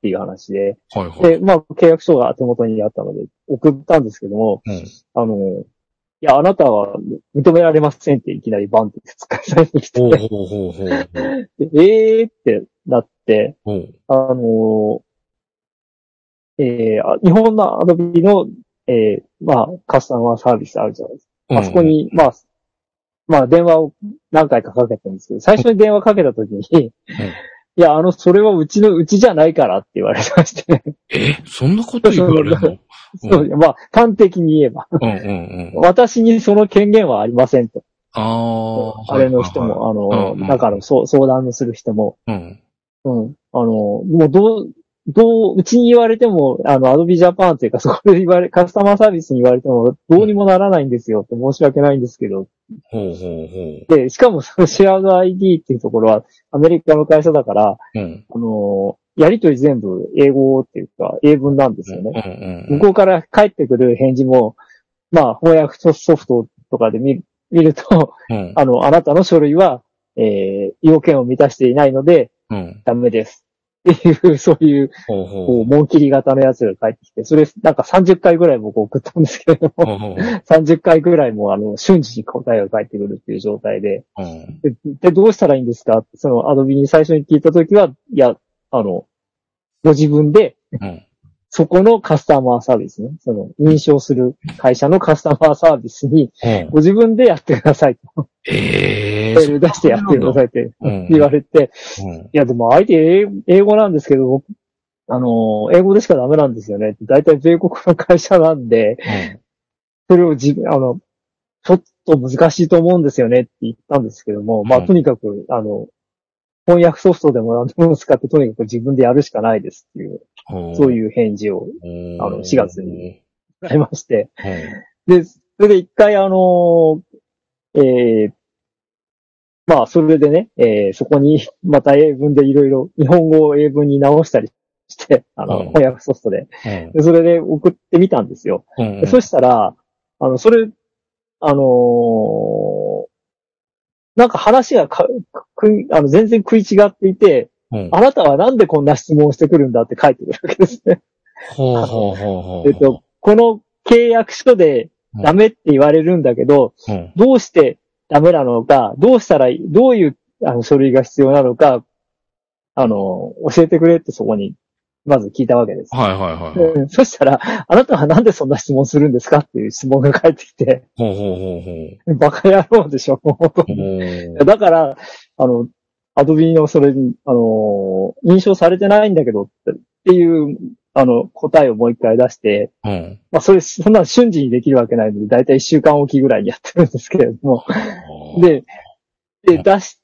っていう話で、 はいはい。 で、まあ、契約書が手元にあったので送ったんですけども、 うん、 あの、いや、あなたは認められませんっていきなりバンって使いされてきて、 ほうほうほうほうほう。 えーってなって、 ほうあの、えー、日本のアドビの、えー、まあ、カスタマーサービスあるじゃないですか。あそこに、まあ、まあ、電話を何回かかけたんですけど、最初に電話かけたときに、うん、いや、あの、それはうちの、うちじゃないからって言われましてね。 え、そんなこと言われるの？ そう、うん、まあ、端的に言えば、うんうんうん。私にその権限はありませんと。 ああ。 あれの人も、はいはいはい、あの、うんうん、中の相談のする人も、うん。うん。あの、もうどう、どう、うちに言われても、あの、アドビジャパンっていうか、そこで言われ、カスタマーサービスに言われても、どうにもならないんですよって申し訳ないんですけど。 ほうほうほう。 で、しかもそのシェアード アイディー っていうところは、アメリカの会社だから、うん、あの、やりとり全部英語っていうか、英文なんですよね。うんうんうん、向こうから返ってくる返事も、まあ、翻訳ソフトとかで見る、見ると、うん、あの、あなたの書類は、えー、要件を満たしていないので、うん、ダメです。っていう、そういう、ほうほうこう、紋切り型のやつが返ってきて、それ、なんかさんじゅっかいぐらい僕送ったんですけれども、ほうほうさんじゅっかいぐらいも、あの、瞬時に答えが返ってくるっていう状態で、うん、で、で、どうしたらいいんですかって、その、アドビに最初に聞いたときは、いや、あの、ご自分で、うん、そこのカスタマーサービスね、その、認証する会社のカスタマーサービスに、ご自分でやってくださいと。ええー。メール出してやってくださいって言われて、うんうん、いや、でも相手英語なんですけど、あの、英語でしかダメなんですよね。だいたい米国の会社なんで、うん、それを自分、あの、ちょっと難しいと思うんですよねって言ったんですけども、まあ、とにかく、あの、翻訳ソフトでも何でも使ってとにかく自分でやるしかないですっていう、そういう返事を、あの、しがつにもらいまして、で、それで一回あの、えー、まあ、それでね、えー、そこにまた英文でいろいろ日本語を英文に直したりして、あの、翻訳ソフトで、で、それで送ってみたんですよ。でそしたら、あの、それ、あのー、なんか話がかくあの全然食い違っていて、うん、あなたはなんでこんな質問をしてくるんだって書いてくるわけですね。ほうほうほうほう。えっと、この契約書でダメって言われるんだけど、うん、どうしてダメなのか、どうしたら、どういうあの書類が必要なのか、あの、教えてくれってそこに、まず聞いたわけです。はいはいはい、はい。そしたら、あなたはなんでそんな質問するんですかっていう質問が返ってきて。ほうほうほうほう。バカ野郎でしょ。だから、あの、アドビのそれに、あの、認証されてないんだけどっていう、あの、答えをもう一回出して、うん、まあそれ、そんな瞬時にできるわけないので、だいたい一週間おきぐらいにやってるんですけれども。で、で、出して、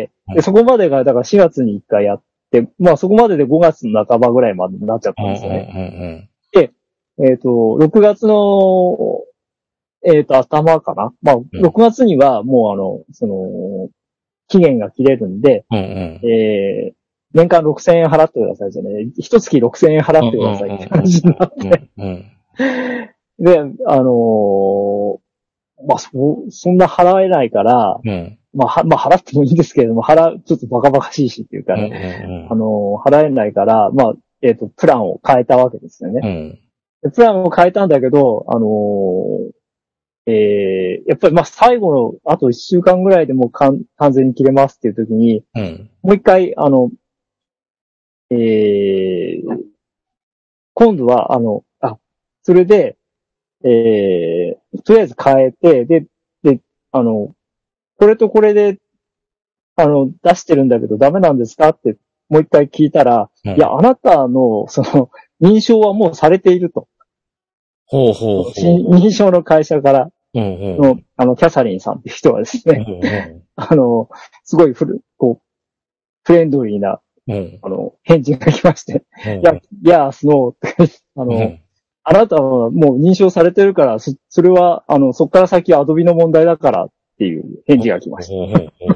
でそこまでが、だからしがつに一回やって、で、まあそこまででごがつの半ばぐらいまでになっちゃったんですよね。で、えっと、ろくがつの、えっと、頭かなまあ、ろくがつにはもうあの、その、期限が切れるんで、うんうん、えー、年間ろくせんえん払ってくださいじゃね。一月ろくせんえん払ってくださいって感じになって。で、あのー、まあ、そ、そんな払えないから、うんまあ、は、まあ、払ってもいいんですけれども、払う、ちょっとバカバカしいしっていうかね、うんうんうん、あの、払えないから、まあ、えっと、プランを変えたわけですよね。うん、でプランを変えたんだけど、あのー、えー、やっぱりまあ、最後の、あといっしゅうかんぐらいでもう完全に切れますっていう時に、うん、もう一回、あの、えー、今度は、あの、あ、それで、えー、とりあえず変えて、で、で、あの、これとこれで、あの、出してるんだけどダメなんですかってもう一回聞いたら、うん、いや、あなたの、その、認証はもうされていると。ほうほうほう。認証の会社からの、うんうん、あの、キャサリンさんっていう人はですね、うんうん、あの、すごいフル、こう、フレンドリーな、うん、あの、返事が来まして、うんうん、いや、いや、スノーって、あの、うんあなたはもう認証されてるから、そ、それは、あの、そっから先はアドビの問題だからっていう返事が来ました。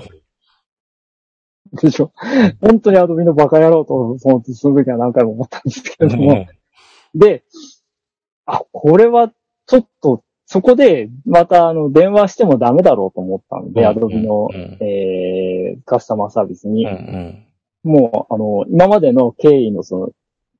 でしょ本当にアドビのバカ野郎と、その、その時は何回も思ったんですけれども。で、あ、これはちょっと、そこで、また、あの、電話してもダメだろうと思ったので、アドビの、えー、カスタマーサービスに。もう、あの、今までの経緯のその、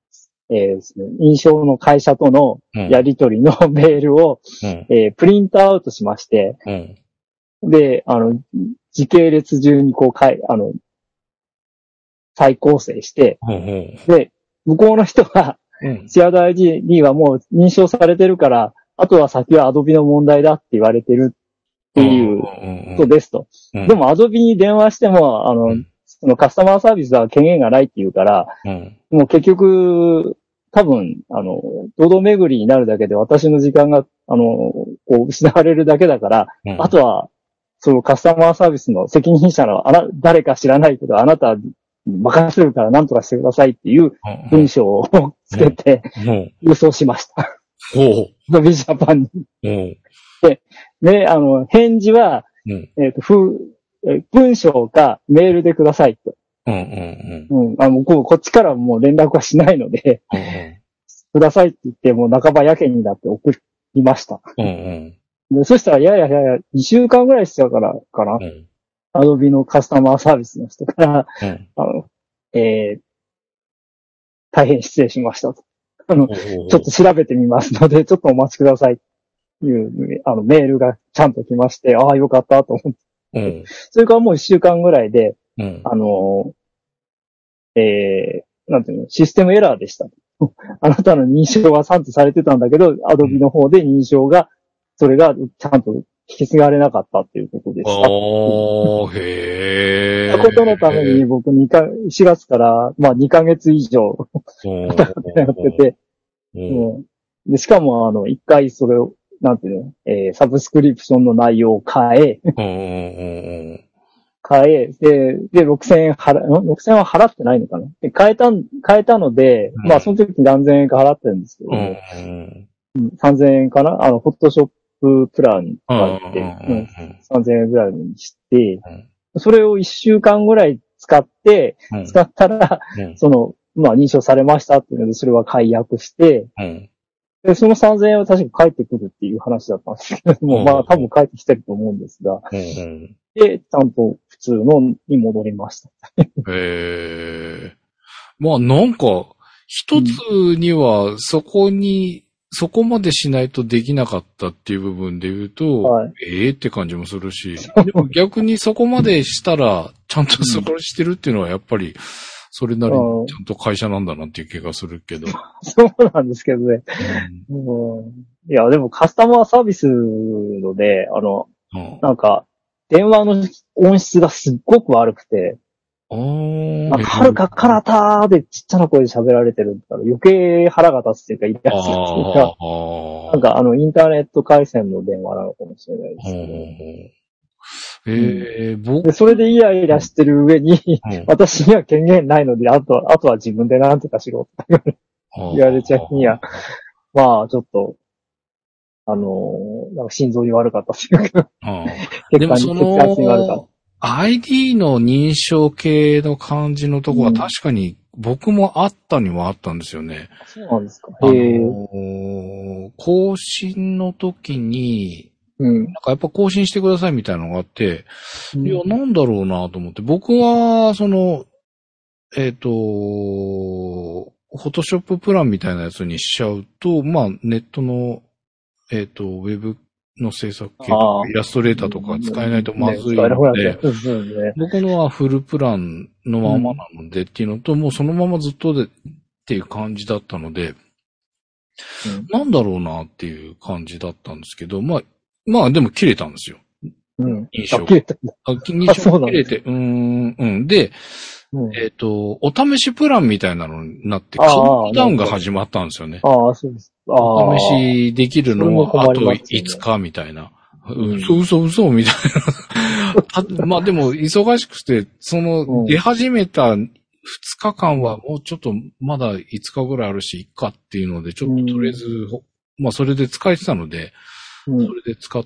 えーですね、認証の会社とのやり取りのメールを、うんえー、プリントアウトしまして、うん、で、あの、時系列順にこう、かい、あの、再構成して、うんうん、で、向こうの人が、シェアード アイディー はもう認証されてるから、あとは先は Adobe の問題だって言われてるっていうことですと。うんうん、でも Adobe に電話しても、あの、うん、そのカスタマーサービスは権限がないって言うから、うん、もう結局、多分、あの、堂々巡りになるだけで私の時間が、あの、こう失われるだけだから、うん、あとは、そのカスタマーサービスの責任者のあな、誰か知らないけど、あなた任せるから何とかしてくださいっていう文章をつけて、郵送しました。ドビジャパンに。で、ね、あの、返事は、うん、えっ、ー、と、ふ、え、文章かメールでくださいと。うんうんうん。うん。あの、こ, こっちからもう連絡はしないので、うんうん、くださいって言って、もう半ばやけになって送りました。うんうん、でそしたら、いやいやいやいや、にしゅうかんぐらいしてからかな。うんアドビのカスタマーサービスの人から、うん、あの、えー、大変失礼しましたと。あの、ちょっと調べてみますので、ちょっとお待ちくださいという、あの、メールがちゃんと来まして、ああ、よかったと思って。うん、それからもう一週間ぐらいで、うん、あの、えー、なんていうの、システムエラーでした。あなたの認証はちゃんとされてたんだけど、アドビの方で認証が、それがちゃんと引き継がれなかったっていうことでした。 おー、へー。 ことのために僕にか、しがつから、まあにかげつ以上、やってて、うん、で、しかもあの、一回それを、なんていうの、えー、サブスクリプションの内容を変え、変え、で、で、ろくせんえん払、ろくせんえんは払ってないのかなで変えた、変えたので、うん、まあその時に何千円か払ってるんですけど、うんうん、さんぜんえんかなあの、フォトショッププランに変えて、うん、さんぜんえんぐらいにして、うん、それをいっしゅうかんぐらい使って、うん、使ったら、うん、その、まあ認証されましたっていうので、それは解約して、うんで、そのさんぜんえんは確か返ってくるっていう話だったんですけども、うん、まあ多分返ってきてると思うんですが、うんうん、で、ちゃんと普通のに戻りました。 へえ。まあなんか、一つにはそこに、うん、そこまでしないとできなかったっていう部分で言うと、はい、ええって感じもするし、でも逆にそこまでしたら、ちゃんとそこしてるっていうのはやっぱり、それなりにちゃんと会社なんだなっていう気がするけど。 そうなんですけどね、うんうん。いや、でもカスタマーサービスので、あの、うん、なんか、電話の音質がすっごく悪くて、なんか、はるか彼方でちっちゃな声で喋られてるから余計腹が立つっていうか、イラつくっていうか、なんかあの、インターネット回線の電話なのかもしれないですけど。えー、僕で、それでイライラしてる上に、うん、私には権限ないので、あとは、あとは自分でなんとかしろって言われちゃうには、まあ、ちょっと、あのー、なんか心臓に悪かったっていうか、 でもその、血圧に悪かった。アイディー の認証系の感じのとこは確かに僕もあったにはあったんですよね。 そうなんですか。 あのー、更新の時に、うん、なんかやっぱ更新してくださいみたいなのがあって、うん、いや、なんだろうなと思って、僕は、その、えっと、フォトショッププランみたいなやつにしちゃうと、まあ、ネットの、えっと、ウェブの制作系とか、イラストレーターとか使えないとまずいので、ね、僕のはフルプランのままなのでっていうのと、うん、もうそのままずっとでっていう感じだったので、うん、なんだろうなっていう感じだったんですけど、まあ、まあでも切れたんですよ。 うん。 認証。 切れた。 あ、認証切れて、うーん、うん。で、うん、えっ、ー、と、お試しプランみたいなのになって、カウントダウンが始まったんですよね。 ああ、そうです。ああ。 お試しできるのはあといつかみたいな。うん、嘘嘘嘘みたいな。まあでも忙しくて、その出始めたふつかかんはもうちょっとまだいつかぐらいあるし、いっかっていうので、ちょっととりあえず、うん、まあそれで使えてたので、うん、それで使って、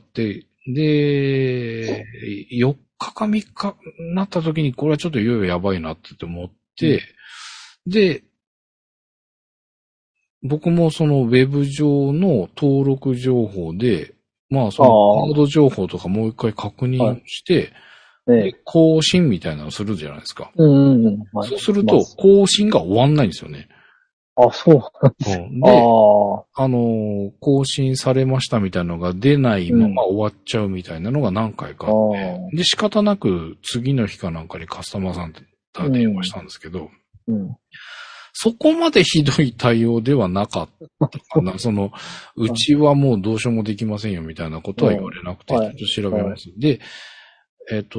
で、よっかかみっかになった時にこれはちょっといよいよやばいなって思って、うん、で、僕もそのウェブ上の登録情報で、まあそのカード情報とかもう一回確認して、はい、で更新みたいなのをするじゃないですか。 うんうんうんはい、 そうすると更新が終わんないんですよね。 あ、そうなんですうん、で、あ、あのー、更新されましたみたいなのが出ないまま終わっちゃうみたいなのが何回かあって、うん、で、仕方なく次の日かなんかにカスタマーさんと電話したんですけど、うんうん、そこまでひどい対応ではなかったかな。その、うちはもうどうしようもできませんよみたいなことは言われなくて、ちょっと調べます。はい、で、えっと、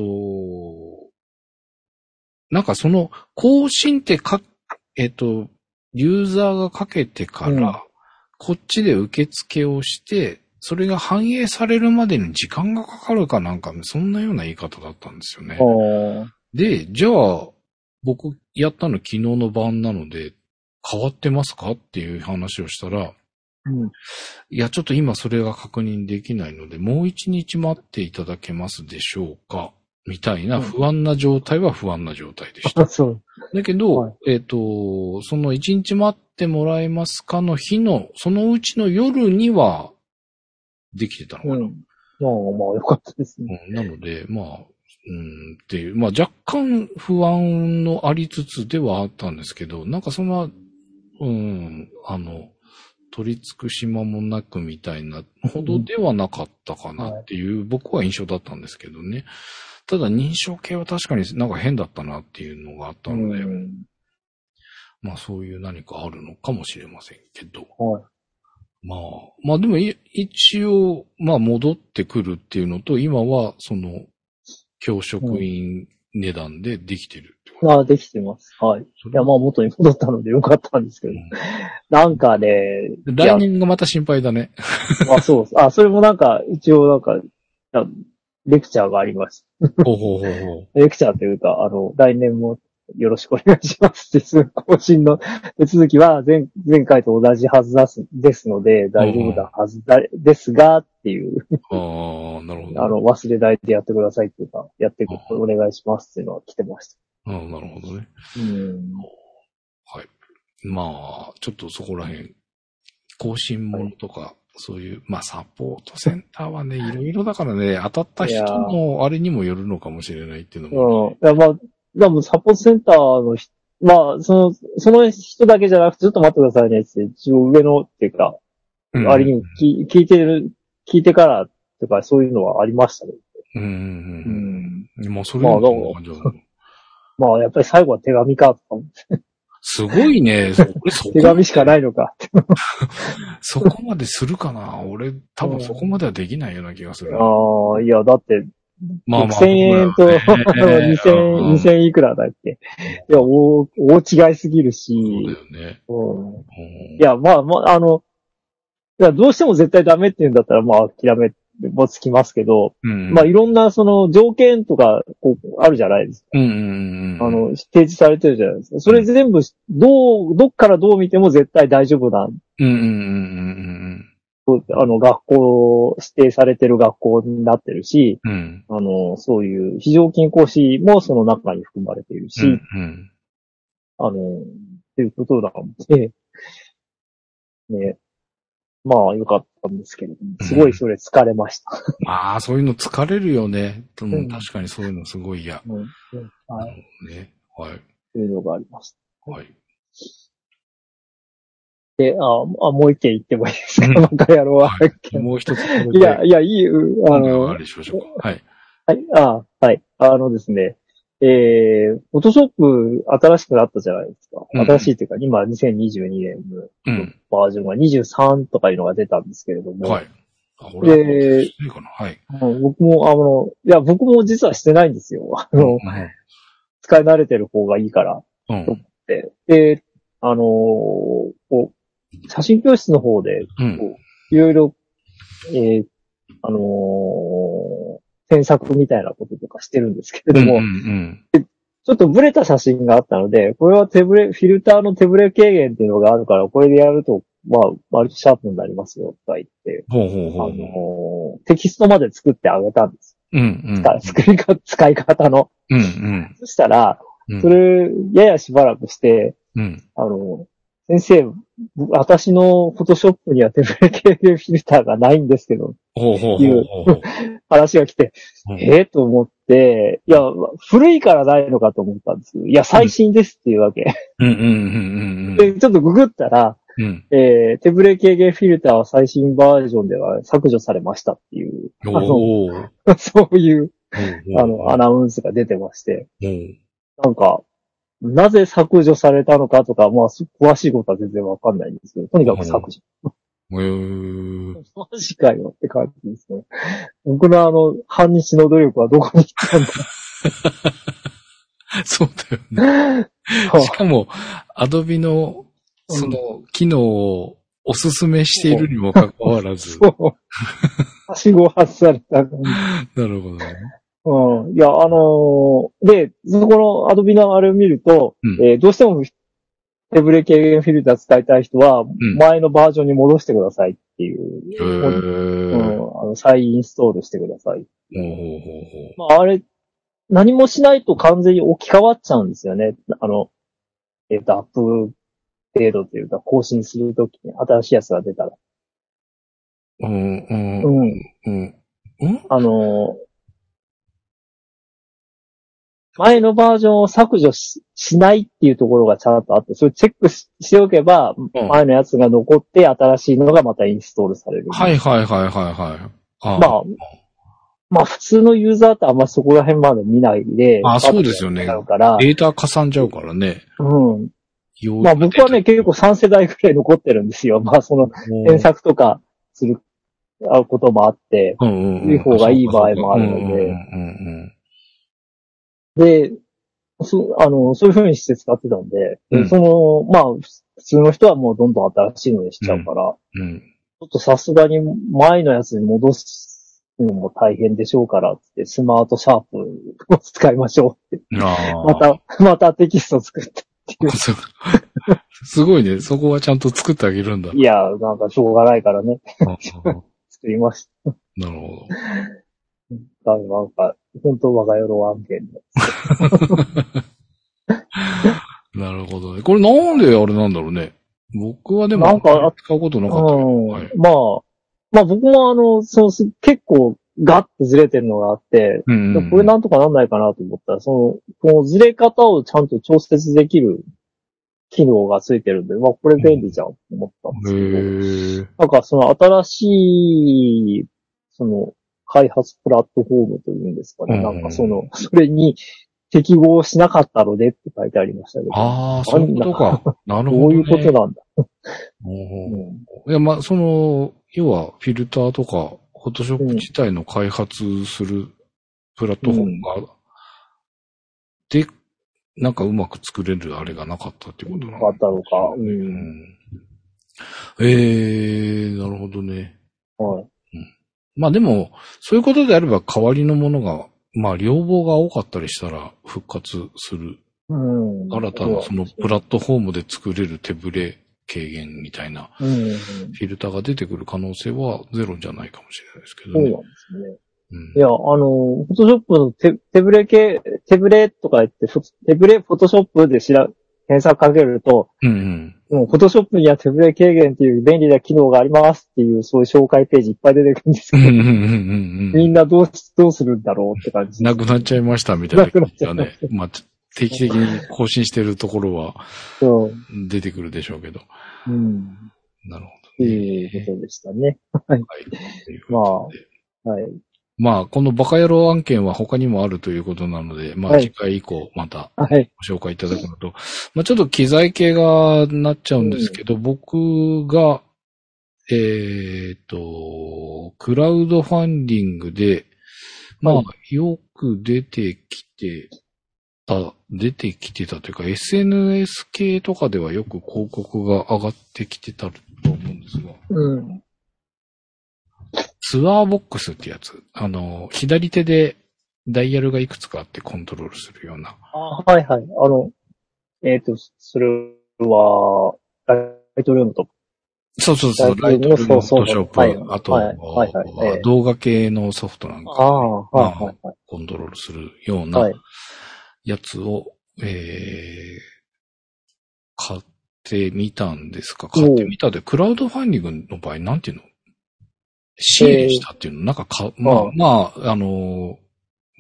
なんかその、更新ってか、えっと、ユーザーがかけてから、うん、こっちで受付をして、それが反映されるまでに時間がかかるかなんか、そんなような言い方だったんですよね。で、じゃあ、僕やったの昨日の晩なので、変わってますかっていう話をしたら、うん、いや、ちょっと今それが確認できないので、もう一日待っていただけますでしょうかみたいな不安な状態は不安な状態でした。そう。だけど、はい、えっと、その一日待ってもらえますかの日の、そのうちの夜にはできてたのかな。うん、まあまあよかったですね。 うん、なので、まあ、うんっていう、まあ若干不安のありつつではあったんですけど、なんかそんな、うん、あの、取り付く島もなくみたいなほどではなかったかなっていう、うんはい、僕は印象だったんですけどね。ただ認証系は確かになんか変だったなっていうのがあったので、うん、まあそういう何かあるのかもしれませんけど。はい、まあ、まあでも一応、まあ戻ってくるっていうのと、今はその、教職員値段でできてるってこと、 うん、ああ、できてます。はい。いや、まあ元に戻ったのでよかったんですけど。うん、なんかね、 来年がまた心配だね。 あ、そう。あ、それもなんか、一応なんか、レクチャーがあります。 ほうほうほうほうレクチャーというか、あの、来年もよろしくお願いしますって、更新の手続きは前前回と同じはずですですので、大丈夫なはずだですが、っていう。 ああ、なるほど。 あの、忘れないでやってくださいっていうか、やってくお願いしますっていうのは来てました。 ああ、なるほどね。 うん。 はい。まあ、ちょっとそこら辺、更新物とか、はい、そういう、まあ、サポートセンターはね、いろいろだからね、当たった人のあれにもよるのかもしれないっていうのも、 ね。うん。いや、まあ、でもサポートセンターの人、まあ、その、その人だけじゃなくて、ちょっと待ってくださいねって、一応上のっていうか、うん、あれに聞、聞いてる、聞いてからとか、そういうのはありましたね。 うんうんうん。うん、もうそれも、まあ、 まあ、やっぱり最後は手紙か、とか思って。 すごいね。そ手紙しかないのか。 そこまでするかな俺、多分そこまではできないような気がする。 ああ、いや、だって、 まあまあ、 ろくせんえんと、ね、にせん、にせんいくらだっけ。いや、大、大違いすぎるし。 そうだよね。 うん、いや、まあ、まあ、あの、いや、どうしても絶対ダメって言うんだったら、まあ、諦めもつきますけど、うん、まあ、いろんな、その、条件とか、こう、あるじゃないですか。 うんうんうん、 あの、提示されてるじゃないですか。それ全部、どう、どっからどう見ても絶対大丈夫な。 うんうんうんうんあの、学校、指定されてる学校になってるし、 うん、 あの、そういう非常勤講師もその中に含まれているし、うんうん、あの、っていうことなので、ね、まあ、よかったんですけれども、すごいそれ疲れました。 うん、ああ、そういうの疲れるよね。うん、確かにそういうのすごい嫌。うんうん、 はい。 ね、はい。 というのがありました。 はい。 で、あ、あ、もう一件言ってもいいですか、バカ野郎は。 はい、もう一つ。 いや、いや、いい、あの、 あれしましょうか。はい。 はい、あ、はい。あのですね、えー、フォトショップ新しくなったじゃないですか。新しいというか、うん、今にせんにじゅうにねんのバージョンがにじゅうさんとかいうのが出たんですけれども。 はい。 あ、俺はしてるかな。はい。僕も、あの、いや、僕も実はしてないんですよ。あの、うん、使い慣れてる方がいいから、と思って。うん、で、あのー、こう、写真教室の方で、こう、うん、いろいろ、えー、あのー、添削みたいなこととかしてるんですけれども、うんうんうん、ちょっとブレた写真があったので、これは手ブレ、フィルターの手ブレ軽減っていうのがあるから、これでやると、まあ、割とシャープになりますよ、とか言って、 ほうほうほう、 あのー、テキストまで作ってあげたんです。 うんうん、 作りか、使い方の。 うんうん、 そしたら、それ、ややしばらくして、 うん、 あの、先生、私のフォトショップには手ブレ軽減フィルターがないんですけど、 ほうほうほうほういう話が来て、ええー、と思って、 て、いや、古いからないのかと思ったんですけど、いや、最新ですっていうわけ。 うんうんうんうんうん。 で、ちょっとググったら、 うん、 えー、手ブレ軽減フィルターは最新バージョンでは削除されましたっていう、あの、そういう、あの、アナウンスが出てまして、なんか、なぜ削除されたのかとか、まあ、詳しいことは全然わかんないんですけど、とにかく削除。 へー。 マジかよって感じですね。僕のあの、半日の努力はどこに行ったんだそうだよね。しかも、アドビの、その、機能をおすすめしているにもかかわらず。 そう。はしご外された。 なるほどね。 うん。いや、あのー、で、そこのアドビのあれを見ると、うん、えー、どうしても手ブレ軽減フィルター使いたい人は、前のバージョンに戻してくださいっていう。うん、うん、あの再インストールしてください。まあ、あれ、何もしないと完全に置き換わっちゃうんですよね。あの、えっ、ー、と、アップデートというか、更新するときに新しいやつが出たら。 うん、うん、 うん。うん。あの、前のバージョンを削除 し, しないっていうところがちゃんとあって、それチェック し, しておけば、前のやつが残って新しいのがまたインストールされる。 はいはいはいはいはい。 あまあ、まあ普通のユーザーってあんまそこら辺まで見ないで。 あ、そうですよね。データかさんじゃうからね。 うん。まあ僕はね、結構さん世代くらい残ってるんですよ。まあその、検索とかすることもあって、うんうんうん、いい方がいい場合もあるので。で、そ、あの、そういう風にして使ってたんで、うん、その、まあ、普通の人はもうどんどん新しいのにしちゃうから、うんうん、ちょっとさすがに前のやつに戻すのも大変でしょうからって、スマートシャープを使いましょうって。また、またテキスト作ったっていう。 すごいね。そこはちゃんと作ってあげるんだ。 いや、なんかしょうがないからね。作りました。 なるほど。 なんか、本当我が世の案件で。 なるほどね。これなんであれなんだろうね。僕はでも、なんか、使うことなかった、 うんはい。まあ、まあ僕もあの、そう結構ガッとずれてるのがあって、うんうん、これなんとかなんないかなと思ったら、その、このずれ方をちゃんと調節できる機能がついてるんで、まあこれ便利じゃんと思ったんですけど、なんかその新しい、その、開発プラットフォームというんですかね。うん、なんかその、それに適合しなかったのでって書いてありましたけど。 ああ、そういうことか。なるほど、ね。 どういうことなんだ。 うん、いや、まあ、その、要はフィルターとか、フォトショップ自体の開発するプラットフォームが、うん、で、なんかうまく作れるあれがなかったっていうことなのか。 なかったのか。うん。うん、 ええー、なるほどね。 はい。 まあでも、そういうことであれば代わりのものが、まあ要望が多かったりしたら復活する。うん、新たなそのプラットフォームで作れる手ブレ軽減みたいなフィルターが出てくる可能性はゼロじゃないかもしれないですけどね。 そうなんですね。うん、いや、あの、フォトショップの手、手ブレ系、手ブレとか言って、手ブレフォトショップで知ら、検索かけると、うんうんもう、フォトショップには手ブレ軽減っていう便利な機能がありますっていう、そういう紹介ページいっぱい出てくるんですけど、みんなどう、どうするんだろうって感じ。 なくなっちゃいましたみたいな感じがね。まあ、定期的に更新してるところは、出てくるでしょうけど。うん、なるほど、ね。ということでしたね。はい。まあ、はい。 まあ、このバカ野郎案件は他にもあるということなので、まあ次回以降またご紹介いただくのと、はい、まあちょっと機材系がなっちゃうんですけど、うん、僕が、えっと、クラウドファンディングで、まあよく出てきてた、出てきてたというか エスエヌエス 系とかではよく広告が上がってきてたと思うんですが、うんツアーボックスってやつ。あの、左手でダイヤルがいくつかあってコントロールするような。 あはいはい。あの、えっ、ー、と、それは、ライトルームと。 そうそうそう、ライトルームフォトショップ。はい、あと、はいはいはい、動画系のソフトなんか、ね、あはいはいはい、コントロールするようなやつを、えー、買ってみたんですか。買ってみたで、クラウドファンディングの場合、なんていうの支援したっていうの、なんかか、まあ、まあ、あの、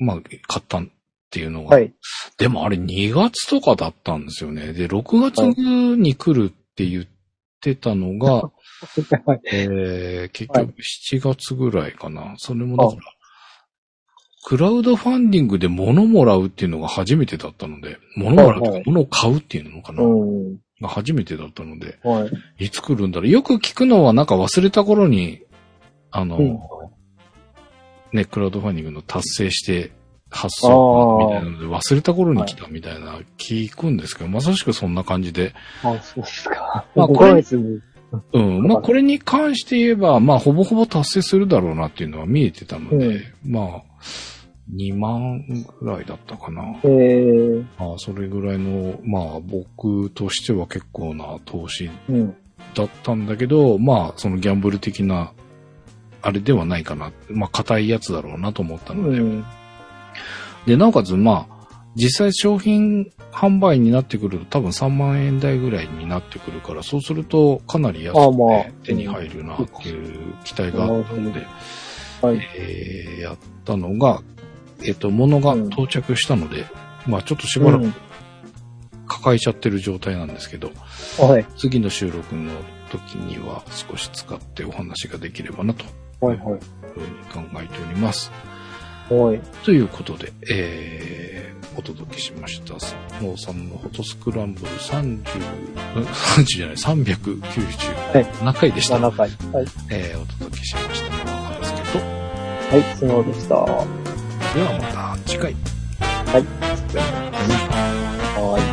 まあ、買ったっていうのが。 はい。 でもあれにがつとかだったんですよね。で、ろくがつに来るって言ってたのが、はい、えー、結局しちがつぐらいかな。それもだから、クラウドファンディングで物もらうっていうのが初めてだったので、物もらうとか物を買うっていうのかな。が初めてだったので、はい、いつ来るんだろう。よく聞くのはなんか忘れた頃に、あの、うん、ね、クラウドファンディングの達成して発送みたいなので忘れた頃に来たみたいな聞くんですけど、はい、まさしくそんな感じで。 あ、そうですか。 まあこれ、うん、まあこれに関して言えば、まあほぼほぼ達成するだろうなっていうのは見えてたので、うん、まあ、にまんぐらいだったかな。 へー。 まあ、それぐらいの、まあ、僕としては結構な投資だったんだけど、うん、まあ、そのギャンブル的な、あれではないかな。まあ、硬いやつだろうなと思ったので。うん、で、なおかつ、まあ、実際商品販売になってくると多分さんまんえん台ぐらいになってくるから、そうするとかなり安くて手に入るなっていう期待があったので、はい、えー、やったのが、えっと、物が到着したので、うん、まあちょっとしばらく抱えちゃってる状態なんですけど、うんはい、次の収録の時には少し使ってお話ができればなと、はいはい、いうふうに考えております。はい、ということで、えー、お届けしました。佐野さんのフォトスクランブルさんじゅう、さんじゅうじゃない、さんびゃくきゅうじゅうななかいでした。 ななかい。はい。 えー、お届けしましたのは、ですけど。 はい、そうでした。 ではまた次回。 はい。はい。